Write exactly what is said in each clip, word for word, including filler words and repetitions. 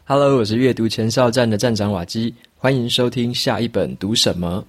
Hello， 我是阅读前哨站的站长瓦基，欢迎收听下一本读什么。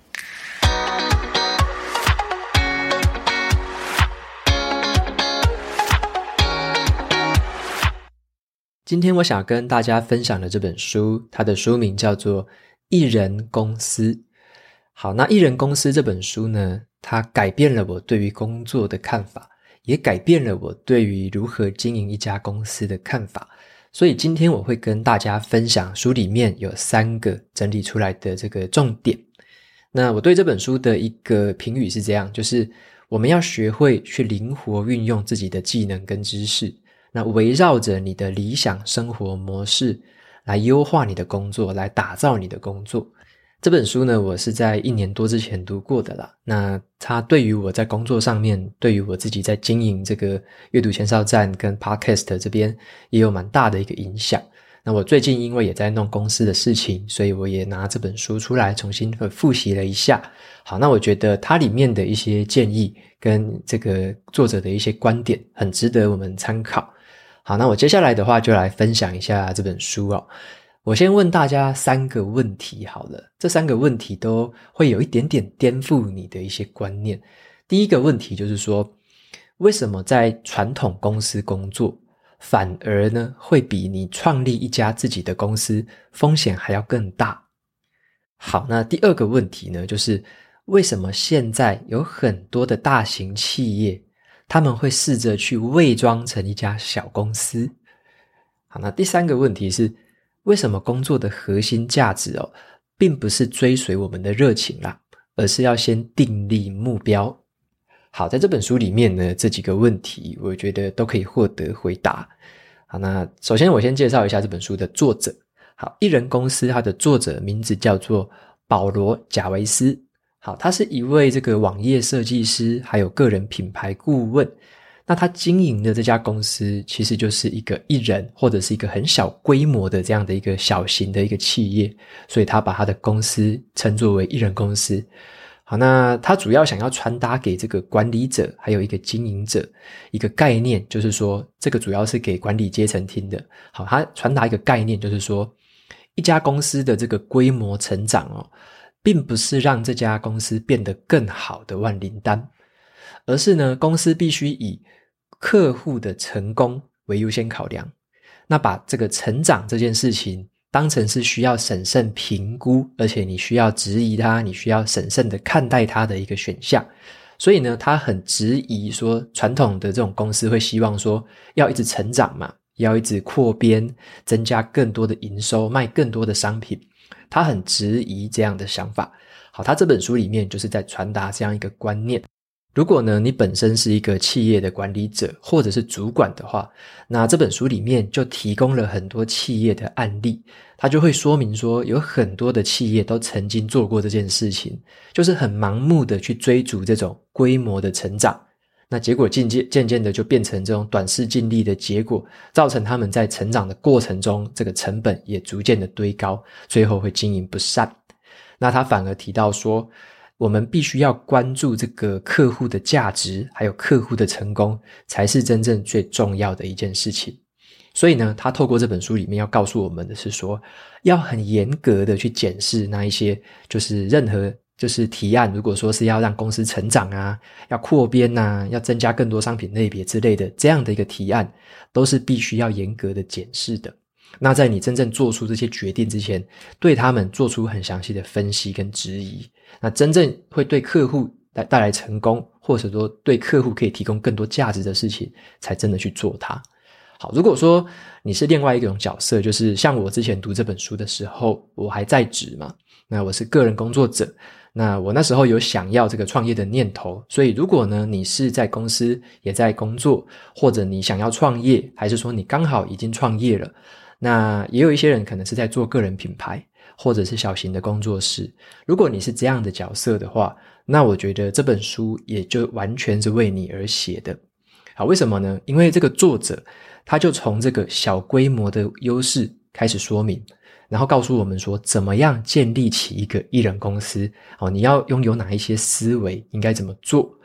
今天我想跟大家分享的这本书，它的书名叫做《一人公司》。好，那《一人公司》这本书呢，它改变了我对于工作的看法，也改变了我对于如何经营一家公司的看法。所以今天我会跟大家分享书里面有三个整理出来的这个重点。那我对这本书的一个评语是这样，就是我们要学会去灵活运用自己的技能跟知识，那围绕着你的理想生活模式来优化你的工作，来打造你的工作。这本书呢，我是在一年多之前读过的啦。那它对于我在工作上面，对于我自己在经营这个阅读前哨站跟 Podcast 这边也有蛮大的一个影响。那我最近因为也在弄公司的事情，所以我也拿这本书出来重新复习了一下。好，那我觉得它里面的一些建议跟这个作者的一些观点很值得我们参考。好，那我接下来的话就来分享一下这本书哦。我先问大家三个问题好了，这三个问题都会有一点点颠覆你的一些观念。第一个问题就是说，为什么在传统公司工作，反而呢会比你创立一家自己的公司风险还要更大？好，那第二个问题呢，就是为什么现在有很多的大型企业，他们会试着去伪装成一家小公司？好，那第三个问题是，为什么工作的核心价值哦，并不是追随我们的热情啦，而是要先订立目标？好，在这本书里面呢，这几个问题我觉得都可以获得回答。好，那首先我先介绍一下这本书的作者。好，一人公司它的作者名字叫做保罗·贾维斯。好，他是一位这个网页设计师，还有个人品牌顾问。那他经营的这家公司其实就是一个一人或者是一个很小规模的这样的一个小型的一个企业，所以他把他的公司称作为一人公司。好，那他主要想要传达给这个管理者还有一个经营者一个概念，就是说这个主要是给管理阶层听的。好，他传达一个概念，就是说一家公司的这个规模成长哦，并不是让这家公司变得更好的万灵丹，而是呢，公司必须以客户的成功为优先考量，那把这个成长这件事情当成是需要审慎评估，而且你需要质疑它，你需要审慎的看待它的一个选项。所以呢，他很质疑说传统的这种公司会希望说要一直成长嘛，要一直扩编，增加更多的营收，卖更多的商品。他很质疑这样的想法。好，他这本书里面就是在传达这样一个观念。如果呢，你本身是一个企业的管理者或者是主管的话，那这本书里面就提供了很多企业的案例，它就会说明说有很多的企业都曾经做过这件事情，就是很盲目的去追逐这种规模的成长，那结果渐渐渐渐的就变成这种短视近利的结果，造成他们在成长的过程中，这个成本也逐渐的堆高，最后会经营不善。那他反而提到说，我们必须要关注这个客户的价值，还有客户的成功，才是真正最重要的一件事情。所以呢，他透过这本书里面要告诉我们的是说，要很严格的去检视那一些就是任何就是提案，如果说是要让公司成长啊，要扩编啊，要增加更多商品类别之类的，这样的一个提案都是必须要严格的检视的。那在你真正做出这些决定之前，对他们做出很详细的分析跟质疑，那真正会对客户带带来成功，或者说对客户可以提供更多价值的事情，才真的去做它。好，如果说你是另外一种角色，就是像我之前读这本书的时候，我还在职嘛，那我是个人工作者，那我那时候有想要这个创业的念头，所以如果呢你是在公司也在工作，或者你想要创业，还是说你刚好已经创业了，那也有一些人可能是在做个人品牌，或者是小型的工作室。如果你是这样的角色的话，那我觉得这本书也就完全是为你而写的。好，为什么呢？因为这个作者他就从这个小规模的优势开始说明，然后告诉我们说怎么样建立起一个一人公司。好，你要拥有哪一些思维，应该怎么做。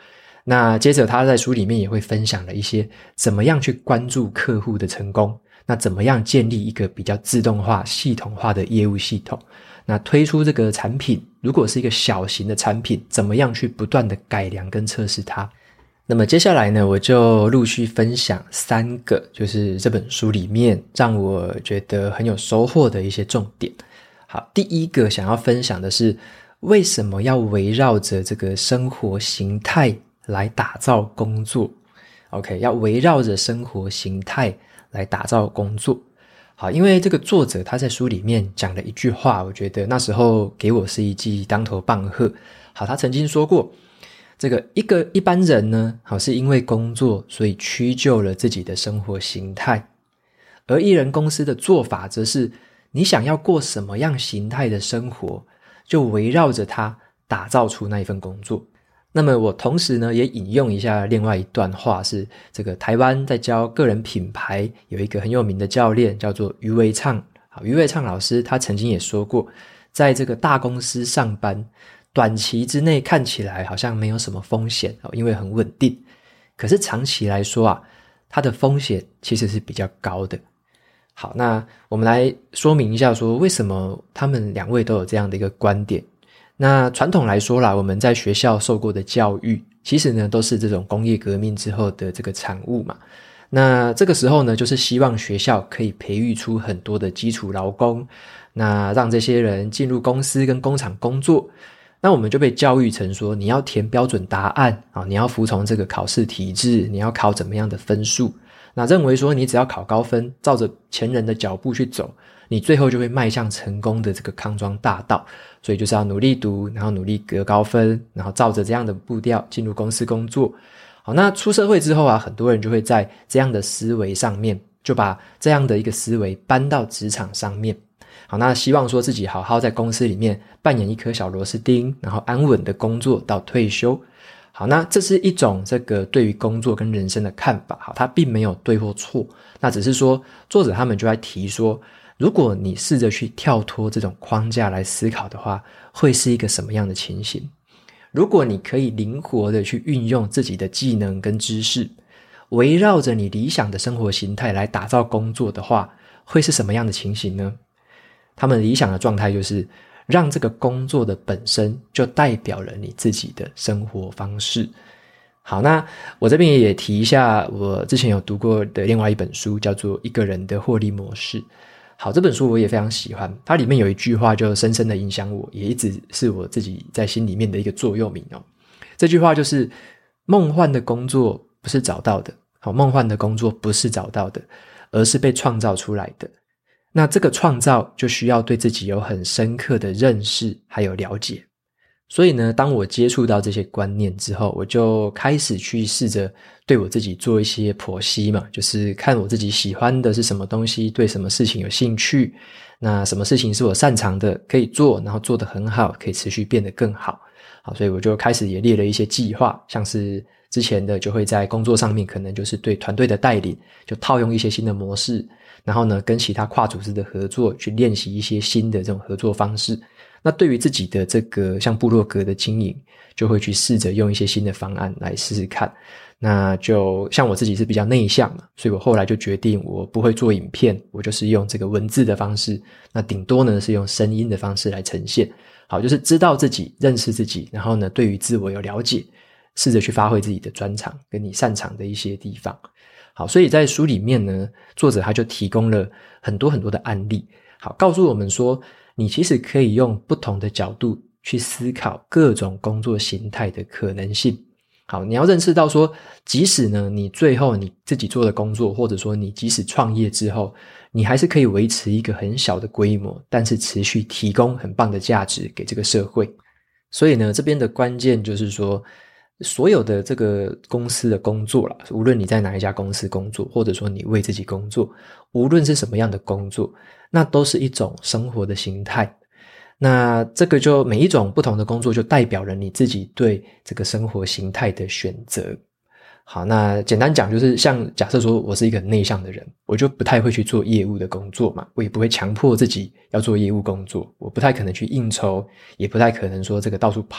那接着他在书里面也会分享了一些怎么样去关注客户的成功，那怎么样建立一个比较自动化系统化的业务系统，那推出这个产品如果是一个小型的产品，怎么样去不断的改良跟测试它。那么接下来呢，我就陆续分享三个就是这本书里面让我觉得很有收获的一些重点。好，第一个想要分享的是为什么要围绕着这个生活形态来打造工作。 OK， 要围绕着生活形态来打造工作。好，因为这个作者他在书里面讲了一句话，我觉得那时候给我是一记当头棒喝。好，他曾经说过，这个一个一般人呢，好，是因为工作所以屈就了自己的生活形态，而艺人公司的做法则是你想要过什么样形态的生活，就围绕着它打造出那一份工作。那么我同时呢也引用一下另外一段话，是这个台湾在教个人品牌有一个很有名的教练叫做余维畅。好，余维畅老师他曾经也说过，在这个大公司上班，短期之内看起来好像没有什么风险，因为很稳定，可是长期来说啊，它的风险其实是比较高的。好，那我们来说明一下说为什么他们两位都有这样的一个观点。那传统来说啦，我们在学校受过的教育其实呢都是这种工业革命之后的这个产物嘛。那这个时候呢，就是希望学校可以培育出很多的基础劳工，那让这些人进入公司跟工厂工作。那我们就被教育成说，你要填标准答案啊，你要服从这个考试体制，你要考怎么样的分数。那认为说你只要考高分，照着前人的脚步去走，你最后就会迈向成功的这个康庄大道。所以就是要努力读，然后努力得高分，然后照着这样的步调进入公司工作。好，那出社会之后啊，很多人就会在这样的思维上面，就把这样的一个思维搬到职场上面。好，那希望说自己好好在公司里面扮演一颗小螺丝钉，然后安稳的工作到退休。好，那这是一种这个对于工作跟人生的看法。好，它并没有对或错，那只是说作者他们就在提说，如果你试着去跳脱这种框架来思考的话，会是一个什么样的情形？如果你可以灵活的去运用自己的技能跟知识，围绕着你理想的生活形态来打造工作的话，会是什么样的情形呢？他们理想的状态就是让这个工作的本身就代表了你自己的生活方式。好，那我这边也提一下我之前有读过的另外一本书，叫做《一个人的获利模式》。好，这本书我也非常喜欢，它里面有一句话就深深的影响我，也一直是我自己在心里面的一个座右铭哦。这句话就是梦幻的工作不是找到的，好，梦幻的工作不是找到的，而是被创造出来的。那这个创造就需要对自己有很深刻的认识还有了解。所以呢，当我接触到这些观念之后，我就开始去试着对我自己做一些剖析嘛，就是看我自己喜欢的是什么东西，对什么事情有兴趣，那什么事情是我擅长的，可以做，然后做得很好，可以持续变得更好。好，所以我就开始也列了一些计划，像是之前的就会在工作上面可能就是对团队的带领，就套用一些新的模式，然后呢跟其他跨组织的合作去练习一些新的这种合作方式。那对于自己的这个像部落格的经营，就会去试着用一些新的方案来试试看。那就像我自己是比较内向嘛，所以我后来就决定我不会做影片，我就是用这个文字的方式，那顶多呢是用声音的方式来呈现。好，就是知道自己，认识自己，然后呢对于自我有了解，试着去发挥自己的专长跟你擅长的一些地方。好，所以在书里面呢，作者他就提供了很多很多的案例，好，告诉我们说你其实可以用不同的角度去思考各种工作形态的可能性。好，你要认识到说，即使呢你最后你自己做的工作，或者说你即使创业之后，你还是可以维持一个很小的规模，但是持续提供很棒的价值给这个社会。所以呢，这边的关键就是说，所有的这个公司的工作啦，无论你在哪一家公司工作，或者说你为自己工作，无论是什么样的工作，那都是一种生活的形态。那这个就每一种不同的工作就代表了你自己对这个生活形态的选择。好，那简单讲就是像假设说我是一个很内向的人，我就不太会去做业务的工作嘛，我也不会强迫自己要做业务工作，我不太可能去应酬，也不太可能说这个到处跑。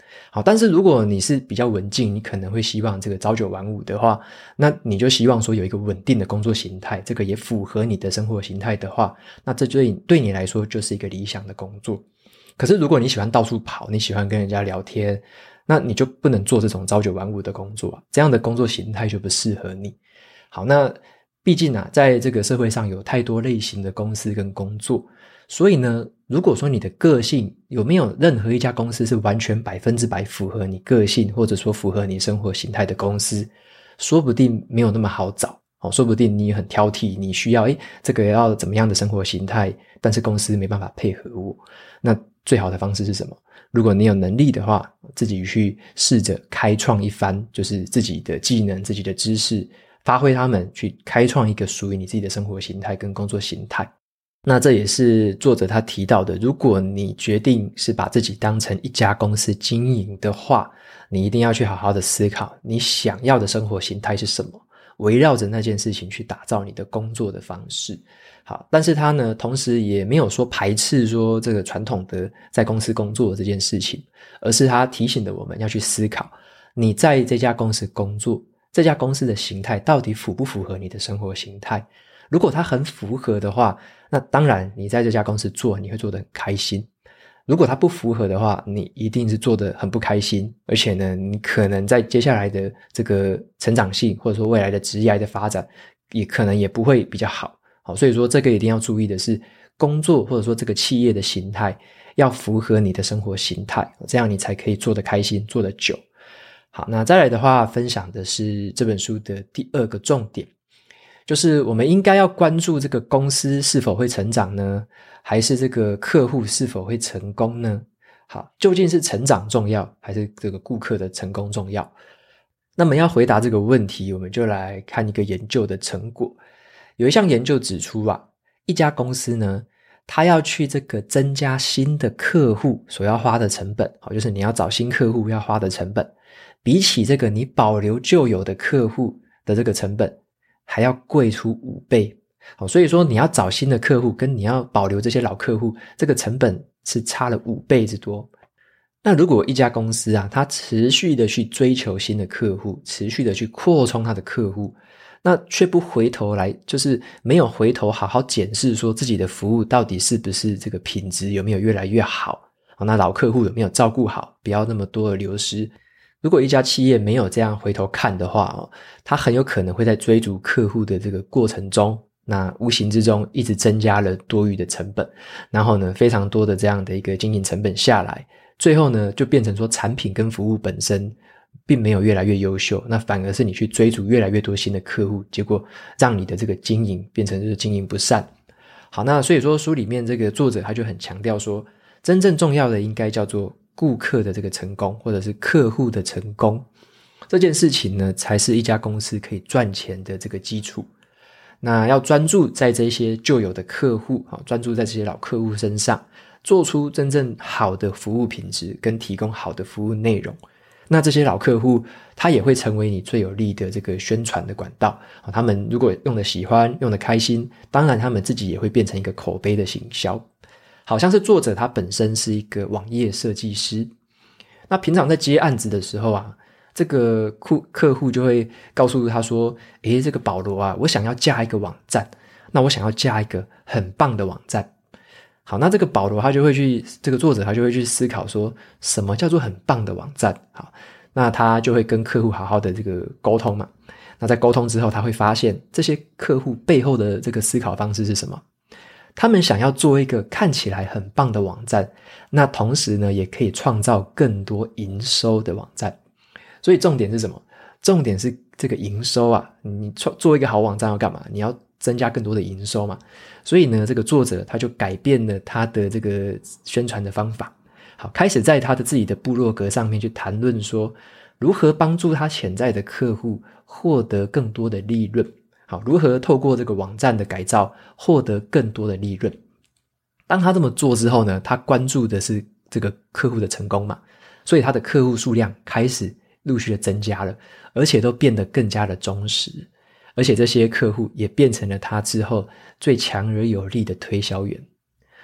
好，但是如果你是比较文静，你可能会希望这个朝九晚五的话，那你就希望说有一个稳定的工作形态，这个也符合你的生活形态的话，那这对对你来说就是一个理想的工作。可是如果你喜欢到处跑，你喜欢跟人家聊天，那你就不能做这种朝九晚五的工作啊，这样的工作形态就不适合你。好，那毕竟啊，在这个社会上有太多类型的公司跟工作，所以呢，如果说你的个性有没有任何一家公司是完全百分之百符合你个性，或者说符合你生活形态的公司，说不定没有那么好找。哦，说不定你很挑剔，你需要诶这个要怎么样的生活形态，但是公司没办法配合我。那最好的方式是什么？如果你有能力的话，自己去试着开创一番，就是自己的技能、自己的知识，发挥他们去开创一个属于你自己的生活形态跟工作形态。那这也是作者他提到的，如果你决定是把自己当成一家公司经营的话，你一定要去好好的思考你想要的生活形态是什么，围绕着那件事情去打造你的工作的方式。好，但是他呢，同时也没有说排斥说这个传统的在公司工作的这件事情，而是他提醒了我们要去思考，你在这家公司工作，这家公司的形态到底符不符合你的生活形态。如果它很符合的话，那当然你在这家公司做你会做得很开心。如果它不符合的话，你一定是做得很不开心，而且呢，你可能在接下来的这个成长性或者说未来的职业的发展也可能也不会比较好。好，所以说这个一定要注意的是，工作或者说这个企业的形态要符合你的生活形态，这样你才可以做得开心，做得久。好，那再来的话，分享的是这本书的第二个重点，就是我们应该要关注这个公司是否会成长呢，还是这个客户是否会成功呢？好，究竟是成长重要，还是这个顾客的成功重要？那么要回答这个问题，我们就来看一个研究的成果。有一项研究指出啊，一家公司呢，它要去这个增加新的客户所要花的成本，好，就是你要找新客户要花的成本，比起这个你保留旧有的客户的这个成本还要贵出五倍。好，所以说你要找新的客户跟你要保留这些老客户，这个成本是差了五倍之多。那如果一家公司啊，它持续的去追求新的客户，持续的去扩充它的客户，那却不回头来，就是没有回头好好检视说自己的服务到底是不是这个品质有没有越来越好，那老客户有没有照顾好，不要那么多的流失。如果一家企业没有这样回头看的话，它很有可能会在追逐客户的这个过程中，那无形之中一直增加了多余的成本，然后呢，非常多的这样的一个经营成本下来，最后呢，就变成说产品跟服务本身并没有越来越优秀，那反而是你去追逐越来越多新的客户，结果让你的这个经营变成就是经营不善。好，那所以说书里面这个作者他就很强调说，真正重要的应该叫做顾客的这个成功，或者是客户的成功，这件事情呢，才是一家公司可以赚钱的这个基础。那要专注在这些旧有的客户，专注在这些老客户身上，做出真正好的服务品质跟提供好的服务内容。那这些老客户他也会成为你最有利的这个宣传的管道，他们如果用的喜欢，用的开心，当然他们自己也会变成一个口碑的行销。好像是作者他本身是一个网页设计师，那平常在接案子的时候啊，这个客户就会告诉他说，诶，这个保罗啊，我想要架一个网站，那我想要架一个很棒的网站。好，那这个保罗他就会去，这个作者他就会去思考说，什么叫做很棒的网站？好，那他就会跟客户好好的这个沟通嘛。那在沟通之后，他会发现这些客户背后的这个思考方式是什么？他们想要做一个看起来很棒的网站，那同时呢，也可以创造更多营收的网站。所以重点是什么？重点是这个营收啊，你做一个好网站要干嘛？你要增加更多的营收嘛。所以呢，这个作者他就改变了他的这个宣传的方法，好，开始在他的自己的部落格上面去谈论说，如何帮助他潜在的客户获得更多的利润，好，如何透过这个网站的改造获得更多的利润。当他这么做之后呢，他关注的是这个客户的成功嘛，所以他的客户数量开始陆续的增加了，而且都变得更加的忠实，而且这些客户也变成了他之后最强而有力的推销员。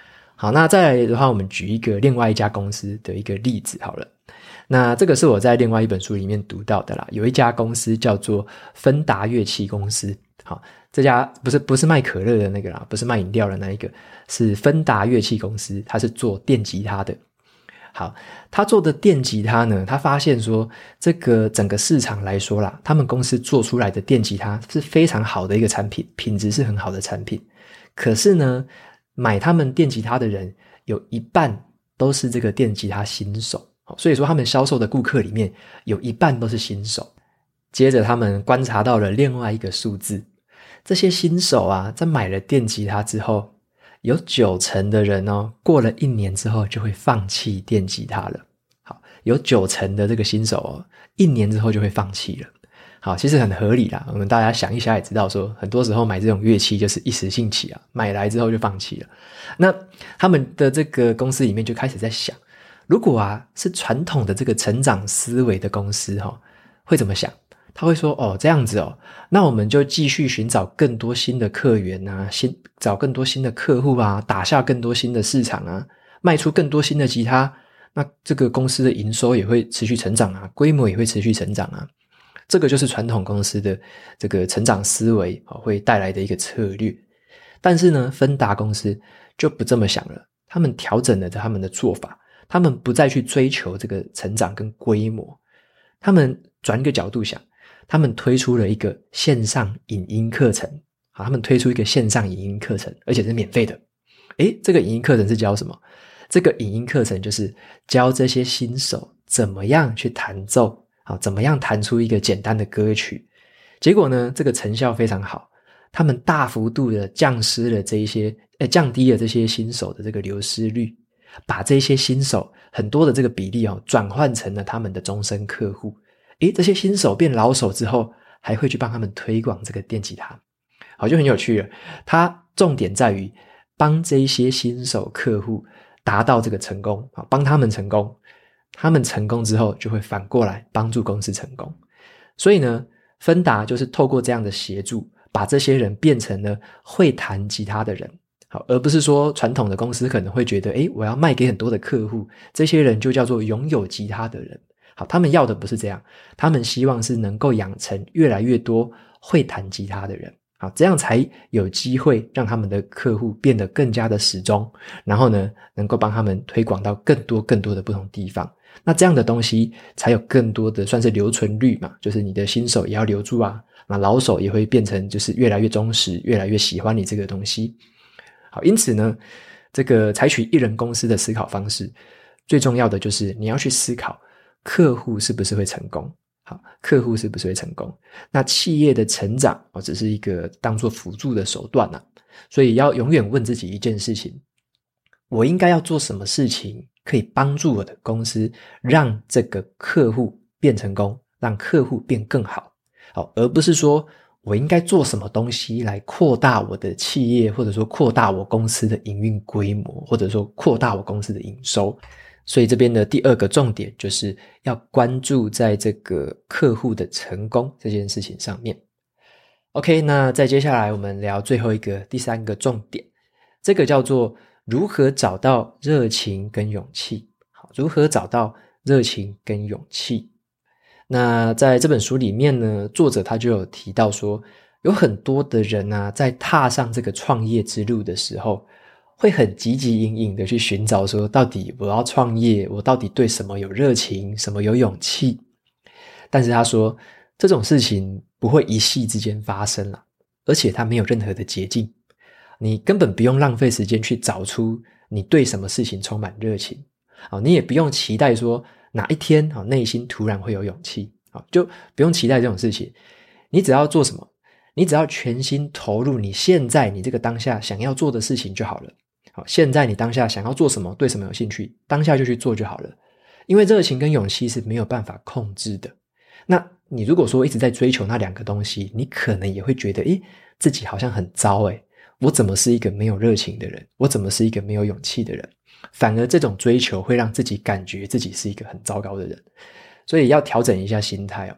好，那再来的话，我们举一个另外一家公司的一个例子好了。那这个是我在另外一本书里面读到的啦，有一家公司叫做芬达乐器公司。好，这家不是不是卖可乐的那个啦，不是卖饮料的那一个，是芬达乐器公司，它是做电吉他的。好，他做的电吉他呢，他发现说这个整个市场来说啦，他们公司做出来的电吉他是非常好的一个产品，品质是很好的产品。可是呢，买他们电吉他的人有一半都是这个电吉他新手，所以说他们销售的顾客里面有一半都是新手。接着他们观察到了另外一个数字，这些新手啊，在买了电吉他之后，有九成的人哦，过了一年之后就会放弃电吉他了。好，有九成的这个新手哦，一年之后就会放弃了。好，其实很合理啦，我们大家想一下也知道说，很多时候买这种乐器就是一时兴起啊，买来之后就放弃了。那他们的这个公司里面就开始在想，如果啊是传统的这个成长思维的公司齁，会怎么想？他会说哦这样子哦，那我们就继续寻找更多新的客源啊，新找更多新的客户啊，打下更多新的市场啊，卖出更多新的吉他，那这个公司的营收也会持续成长啊，规模也会持续成长啊。这个就是传统公司的这个成长思维会带来的一个策略。但是呢，芬达公司就不这么想了，他们调整了他们的做法，他们不再去追求这个成长跟规模，他们转一个角度想，他们推出了一个线上影音课程，好，他们推出一个线上影音课程，而且是免费的。诶，这个影音课程是教什么？这个影音课程就是教这些新手怎么样去弹奏，好，怎么样弹出一个简单的歌曲。结果呢，这个成效非常好，他们大幅度的降失了这一些，诶，降低了这些新手的这个流失率，把这些新手很多的这个比例哦，转换成了他们的终身客户。诶，这些新手变老手之后，还会去帮他们推广这个电吉他。好，就很有趣了。它重点在于帮这一些新手客户达到这个成功，帮他们成功，他们成功之后就会反过来帮助公司成功。所以呢，芬达就是透过这样的协助，把这些人变成了会弹吉他的人。好，而不是说传统的公司可能会觉得，诶，我要卖给很多的客户，这些人就叫做拥有吉他的人。好，他们要的不是这样，他们希望是能够养成越来越多会弹吉他的人。好，这样才有机会让他们的客户变得更加的始终，然后呢，能够帮他们推广到更多更多的不同地方。那这样的东西才有更多的算是留存率嘛，就是你的新手也要留住啊，那老手也会变成就是越来越忠实，越来越喜欢你这个东西。好，因此呢，这个采取一人公司的思考方式，最重要的就是你要去思考客户是不是会成功。好，客户是不是会成功？那企业的成长哦，只是一个当作辅助的手段啊，所以要永远问自己一件事情：我应该要做什么事情可以帮助我的公司让这个客户变成功，让客户变更好？好，而不是说我应该做什么东西来扩大我的企业，或者说扩大我公司的营运规模，或者说扩大我公司的营收。所以这边的第二个重点就是要关注在这个客户的成功这件事情上面。OK， 那再接下来我们聊最后一个第三个重点，这个叫做如何找到热情跟勇气。好，如何找到热情跟勇气。那在这本书里面呢，作者他就有提到说，有很多的人啊，在踏上这个创业之路的时候，会很汲汲营营的去寻找说，到底我要创业，我到底对什么有热情，什么有勇气。但是他说，这种事情不会一夕之间发生啦，而且它没有任何的捷径，你根本不用浪费时间去找出你对什么事情充满热情，你也不用期待说哪一天内心突然会有勇气，就不用期待这种事情。你只要做什么，你只要全心投入你现在你这个当下想要做的事情就好了。好，现在你当下想要做什么，对什么有兴趣，当下就去做就好了。因为热情跟勇气是没有办法控制的。那你如果说一直在追求那两个东西，你可能也会觉得，诶，自己好像很糟诶，我怎么是一个没有热情的人，我怎么是一个没有勇气的人。反而这种追求会让自己感觉自己是一个很糟糕的人。所以要调整一下心态哦。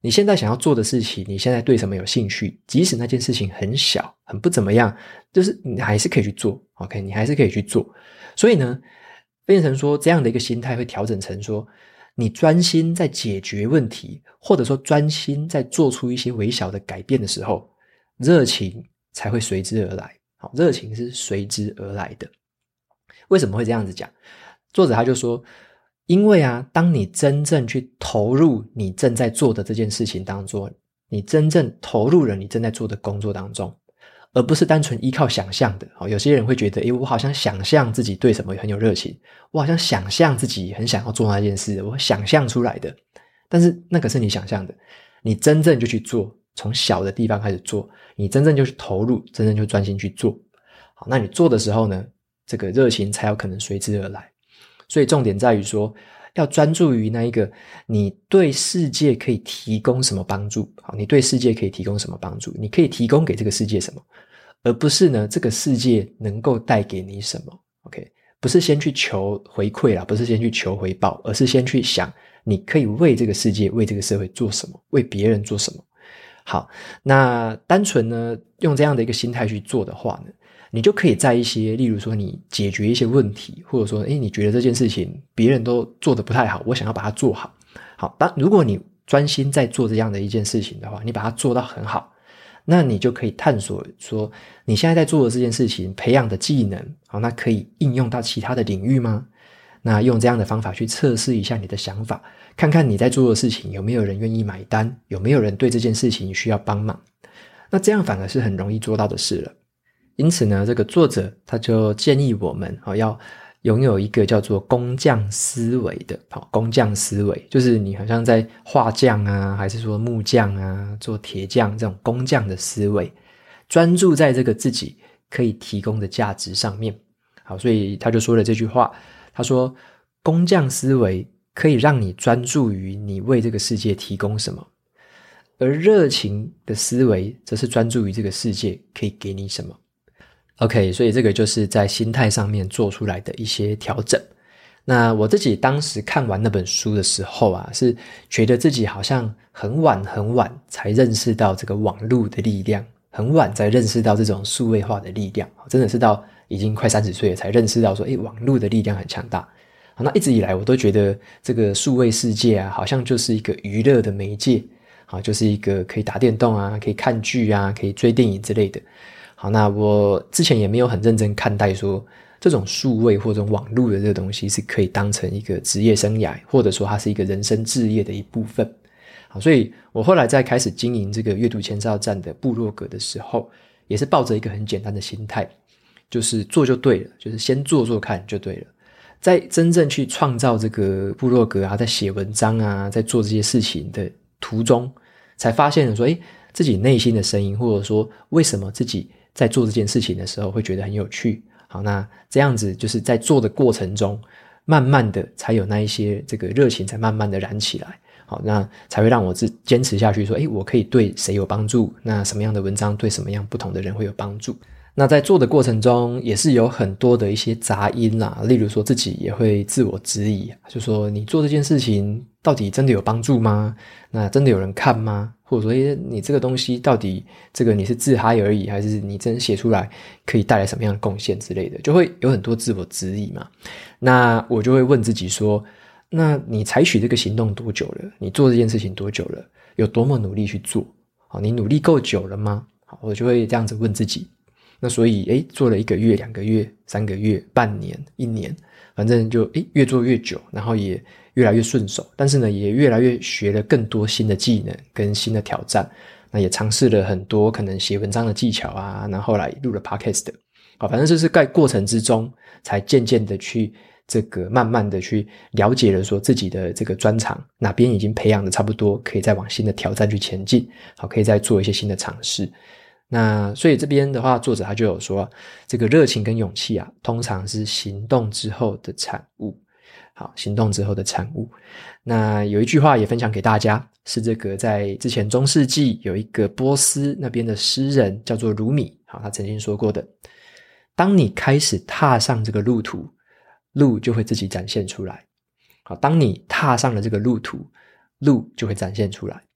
你现在想要做的事情，你现在对什么有兴趣，即使那件事情很小很不怎么样，就是你还是可以去做 OK， 你还是可以去做。所以呢变成说这样的一个心态会调整成说，你专心在解决问题，或者说专心在做出一些微小的改变的时候，热情才会随之而来。好，热情是随之而来的。为什么会这样子讲？作者他就说，因为啊，当你真正去投入你正在做的这件事情当中，你真正投入了你正在做的工作当中，而不是单纯依靠想象的。有些人会觉得，诶，我好像想象自己对什么很有热情，我好像想象自己很想要做那件事，我想象出来的。但是那个是你想象的，你真正就去做，从小的地方开始做，你真正就去投入，真正就专心去做。好，那你做的时候呢，这个热情才有可能随之而来。所以重点在于说，要专注于那一个你对世界可以提供什么帮助。好，你对世界可以提供什么帮助，你可以提供给这个世界什么，而不是呢这个世界能够带给你什么。 OK， 不是先去求回馈啦，不是先去求回报，而是先去想你可以为这个世界为这个社会做什么，为别人做什么。好，那单纯呢用这样的一个心态去做的话呢，你就可以在一些例如说你解决一些问题，或者说诶你觉得这件事情别人都做得不太好，我想要把它做好。好，当如果你专心在做这样的一件事情的话，你把它做到很好，那你就可以探索说你现在在做的这件事情培养的技能，好，那可以应用到其他的领域吗？那用这样的方法去测试一下你的想法，看看你在做的事情有没有人愿意买单，有没有人对这件事情需要帮忙。那这样反而是很容易做到的事了。因此呢，这个作者他就建议我们、哦、要拥有一个叫做工匠思维的、哦、工匠思维，就是你好像在画匠啊，还是说木匠啊，做铁匠这种工匠的思维，专注在这个自己可以提供的价值上面。好，所以他就说了这句话，他说工匠思维可以让你专注于你为这个世界提供什么，而热情的思维则是专注于这个世界可以给你什么。OK， 所以这个就是在心态上面做出来的一些调整。那我自己当时看完那本书的时候啊，是觉得自己好像很晚很晚才认识到这个网络的力量，很晚才认识到这种数位化的力量，真的是到已经快三十岁了才认识到说，诶，网络的力量很强大。好，那一直以来我都觉得这个数位世界啊，好像就是一个娱乐的媒介，好，就是一个可以打电动啊，可以看剧啊，可以追电影之类的。好，那我之前也没有很认真看待说这种数位或者网络的这个东西是可以当成一个职业生涯，或者说它是一个人生志业的一部分。好，所以我后来在开始经营这个阅读前哨站的部落格的时候，也是抱着一个很简单的心态，就是做就对了，就是先做做看就对了。在真正去创造这个部落格啊，在写文章啊，在做这些事情的途中，才发现了说，诶，自己内心的声音，或者说为什么自己在做这件事情的时候会觉得很有趣。好，那这样子就是在做的过程中，慢慢的才有那一些这个热情才慢慢的燃起来。好，那才会让我坚持下去说，诶，我可以对谁有帮助，那什么样的文章对什么样不同的人会有帮助。那在做的过程中也是有很多的一些杂音啦，例如说自己也会自我质疑，就说你做这件事情到底真的有帮助吗？那真的有人看吗？或者说诶你这个东西到底这个你是自嗨而已，还是你真写出来可以带来什么样的贡献之类的，就会有很多自我质疑嘛。那我就会问自己说，那你采取这个行动多久了？你做这件事情多久了？有多么努力去做？好，你努力够久了吗？好，我就会这样子问自己。那所以诶做了一个月、两个月、三个月、半年、一年，反正就诶越做越久，然后也越来越顺手，但是呢也越来越学了更多新的技能跟新的挑战。那也尝试了很多可能写文章的技巧啊，然后后来录了 podcast 的。好，反正就是在过程之中才渐渐的去这个慢慢的去了解了说自己的这个专长哪边已经培养的差不多，可以再往新的挑战去前进。好，可以再做一些新的尝试。那所以这边的话，作者他就有说，这个热情跟勇气啊，通常是行动之后的产物。好，行动之后的产物。那有一句话也分享给大家，是这个在之前中世纪有一个波斯那边的诗人叫做鲁米，好，他曾经说过的，当你开始踏上这个路途，路就会自己展现出来。好，当你踏上了这个路途，路就会展现出来。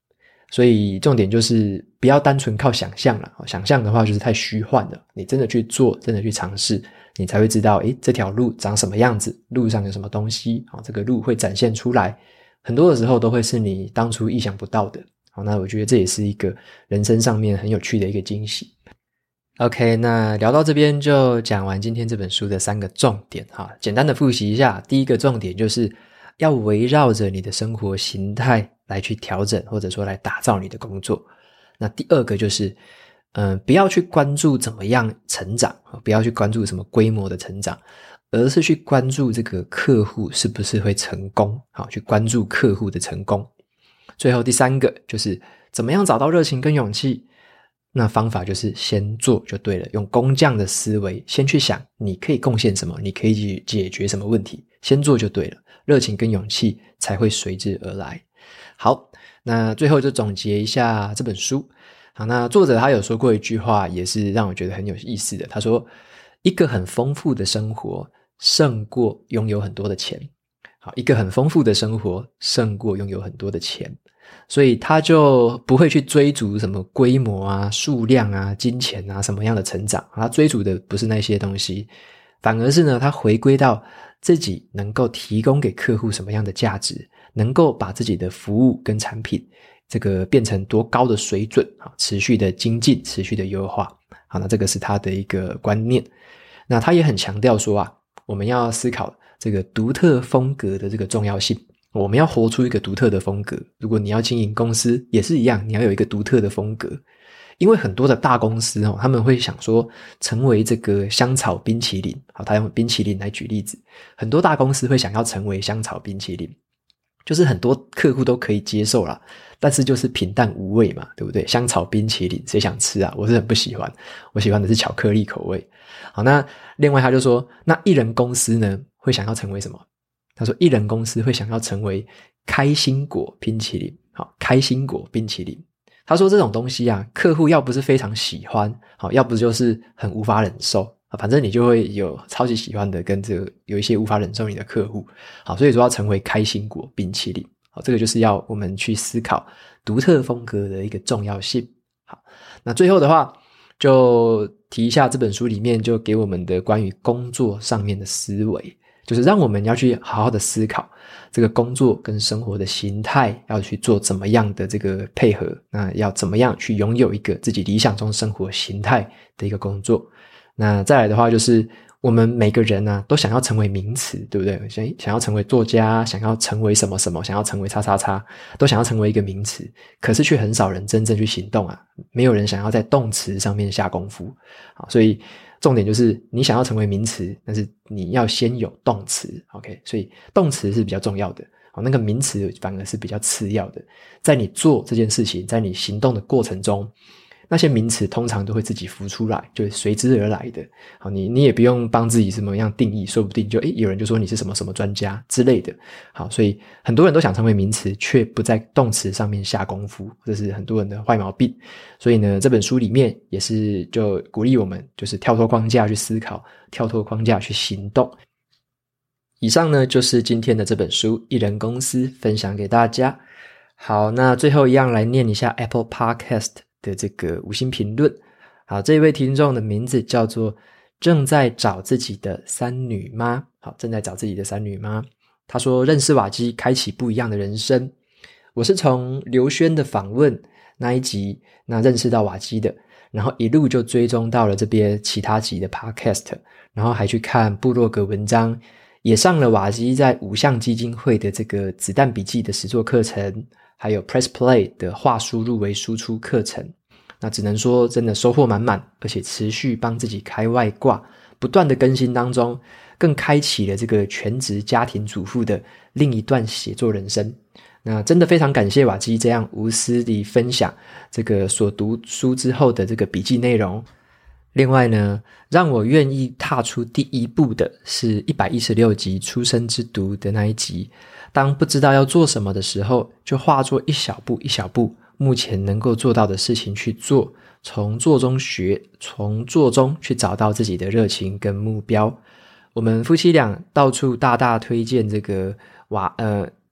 所以重点就是不要单纯靠想象啦，想象的话就是太虚幻了，你真的去做，真的去尝试，你才会知道诶这条路长什么样子，路上有什么东西，这个路会展现出来，很多的时候都会是你当初意想不到的。好，那我觉得这也是一个人生上面很有趣的一个惊喜。OK， 那聊到这边就讲完今天这本书的三个重点哈，简单的复习一下。第一个重点就是要围绕着你的生活形态来去调整，或者说来打造你的工作。那第二个就是嗯、呃，不要去关注怎么样成长，不要去关注什么规模的成长，而是去关注这个客户是不是会成功，好，去关注客户的成功。最后第三个就是怎么样找到热情跟勇气，那方法就是先做就对了，用工匠的思维先去想你可以贡献什么，你可以解决什么问题，先做就对了，热情跟勇气才会随之而来。好，那最后就总结一下这本书。好，那作者他有说过一句话，也是让我觉得很有意思的，他说一个很丰富的生活胜过拥有很多的钱。好，一个很丰富的生活胜过拥有很多的钱，所以他就不会去追逐什么规模啊、数量啊、金钱啊什么样的成长，他追逐的不是那些东西，反而是呢，他回归到自己能够提供给客户什么样的价值，能够把自己的服务跟产品这个变成多高的水准，持续的精进，持续的优化。好，那这个是他的一个观念。那他也很强调说啊，我们要思考这个独特风格的这个重要性，我们要活出一个独特的风格。如果你要经营公司也是一样，你要有一个独特的风格。因为很多的大公司哦，他们会想说成为这个香草冰淇淋，好，他用冰淇淋来举例子，很多大公司会想要成为香草冰淇淋，就是很多客户都可以接受啦，但是就是平淡无味嘛，对不对？香草冰淇淋谁想吃啊？我是很不喜欢，我喜欢的是巧克力口味。好，那另外他就说，那艺人公司呢会想要成为什么？他说艺人公司会想要成为开心果冰淇淋。好，开心果冰淇淋，他说这种东西啊，客户要不是非常喜欢，好，要不就是很无法忍受，反正你就会有超级喜欢的跟这个有一些无法忍受你的客户。好，所以说要成为开心果冰淇淋，好，这个就是要我们去思考独特风格的一个重要性。好，那最后的话就提一下这本书里面就给我们的关于工作上面的思维，就是让我们要去好好的思考这个工作跟生活的形态要去做怎么样的这个配合，那要怎么样去拥有一个自己理想中生活形态的一个工作。那再来的话就是我们每个人啊都想要成为名词，对不对？想想要成为作家，想要成为什么什么，想要成为叉叉叉，都想要成为一个名词，可是却很少人真正去行动啊，没有人想要在动词上面下功夫。好，所以重点就是你想要成为名词，但是你要先有动词 OK， 所以动词是比较重要的，好，那个名词反而是比较次要的。在你做这件事情，在你行动的过程中，那些名词通常都会自己浮出来，就随之而来的。好，你你也不用帮自己什么样定义，说不定就诶有人就说你是什么什么专家之类的。好，所以很多人都想成为名词，却不在动词上面下功夫，这是很多人的坏毛病。所以呢，这本书里面也是就鼓励我们就是跳脱框架去思考，跳脱框架去行动。以上呢就是今天的这本书《艺人公司》分享给大家。好，那最后一样来念一下 Apple Podcast 的这个五星评论。好，这位听众的名字叫做正在找自己的三女妈。好，正在找自己的三女妈。他说认识瓦基开启不一样的人生。我是从刘轩的访问那一集那认识到瓦基的，然后一路就追踪到了这边其他集的 podcast， 然后还去看部落格文章，也上了瓦基在五象基金会的这个子弹笔记的实作课程，还有 Press Play 的话输入为输出课程。那只能说真的收获满满，而且持续帮自己开外挂，不断的更新当中，更开启了这个全职家庭主妇的另一段写作人生。那真的非常感谢瓦基这样无私地分享这个所读书之后的这个笔记内容。另外呢，让我愿意踏出第一步的是一百一十六集出生之读的那一集，当不知道要做什么的时候，就化作一小步一小步目前能够做到的事情去做，从做中学，从做中去找到自己的热情跟目标。我们夫妻俩到处大大推荐这个瓦呃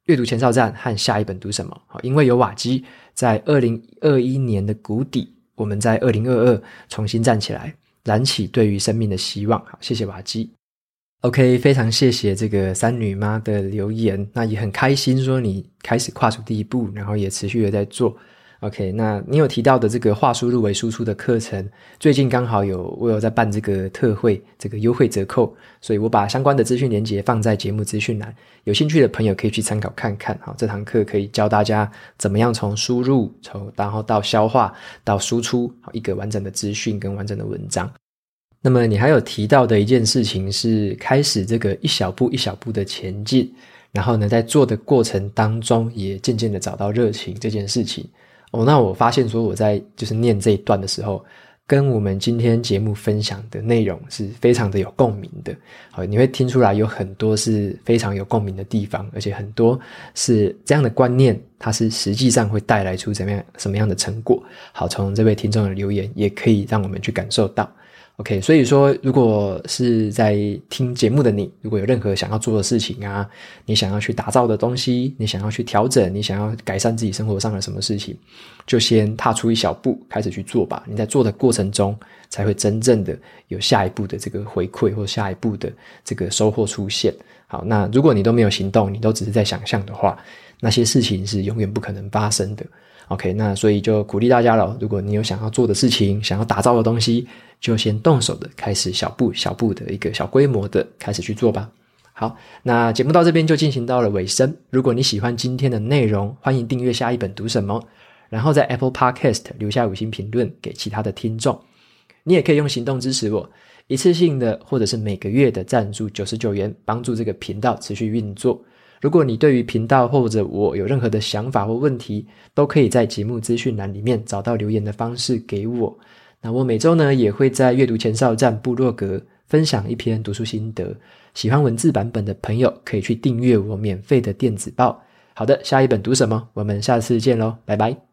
阅读前哨站和下一本读什么。因为有瓦基，在二零二一年的谷底，我们在二零二二重新站起来，燃起对于生命的希望。好，谢谢瓦基。OK， 非常谢谢这个三女妈的留言，那也很开心说你开始跨出第一步，然后也持续的在做。OK， 那你有提到的这个话术入围输出的课程，最近刚好有我有在办这个特惠，这个优惠折扣，所以我把相关的资讯连结放在节目资讯栏，有兴趣的朋友可以去参考看看。好，这堂课可以教大家怎么样从输入，从然后到消化到输出，好，一个完整的资讯跟完整的文章。那么你还有提到的一件事情是开始这个一小步一小步的前进，然后呢在做的过程当中也渐渐的找到热情这件事情。哦，那我发现说我在就是念这一段的时候，跟我们今天节目分享的内容是非常的有共鸣的。好，你会听出来有很多是非常有共鸣的地方，而且很多是这样的观念，它是实际上会带来出怎么样什么样的成果。好，从这位听众的留言也可以让我们去感受到。OK， 所以说如果是在听节目的你，如果有任何想要做的事情啊，你想要去打造的东西，你想要去调整，你想要改善自己生活上的什么事情，就先踏出一小步开始去做吧。你在做的过程中才会真正的有下一步的这个回馈或下一步的这个收获出现。好，那如果你都没有行动，你都只是在想象的话，那些事情是永远不可能发生的。OK， 那所以就鼓励大家了，如果你有想要做的事情，想要打造的东西，就先动手的开始小步小步的一个小规模的开始去做吧。好，那节目到这边就进行到了尾声。如果你喜欢今天的内容，欢迎订阅下一本读什么，然后在 Apple Podcast 留下五星评论给其他的听众。你也可以用行动支持我，一次性的或者是每个月的赞助九十九元，帮助这个频道持续运作。如果你对于频道或者我有任何的想法或问题，都可以在节目资讯栏里面找到留言的方式给我。那我每周呢也会在阅读前哨站部落格分享一篇读书心得，喜欢文字版本的朋友可以去订阅我免费的电子报。好的，下一本读什么？我们下次见咯，拜拜。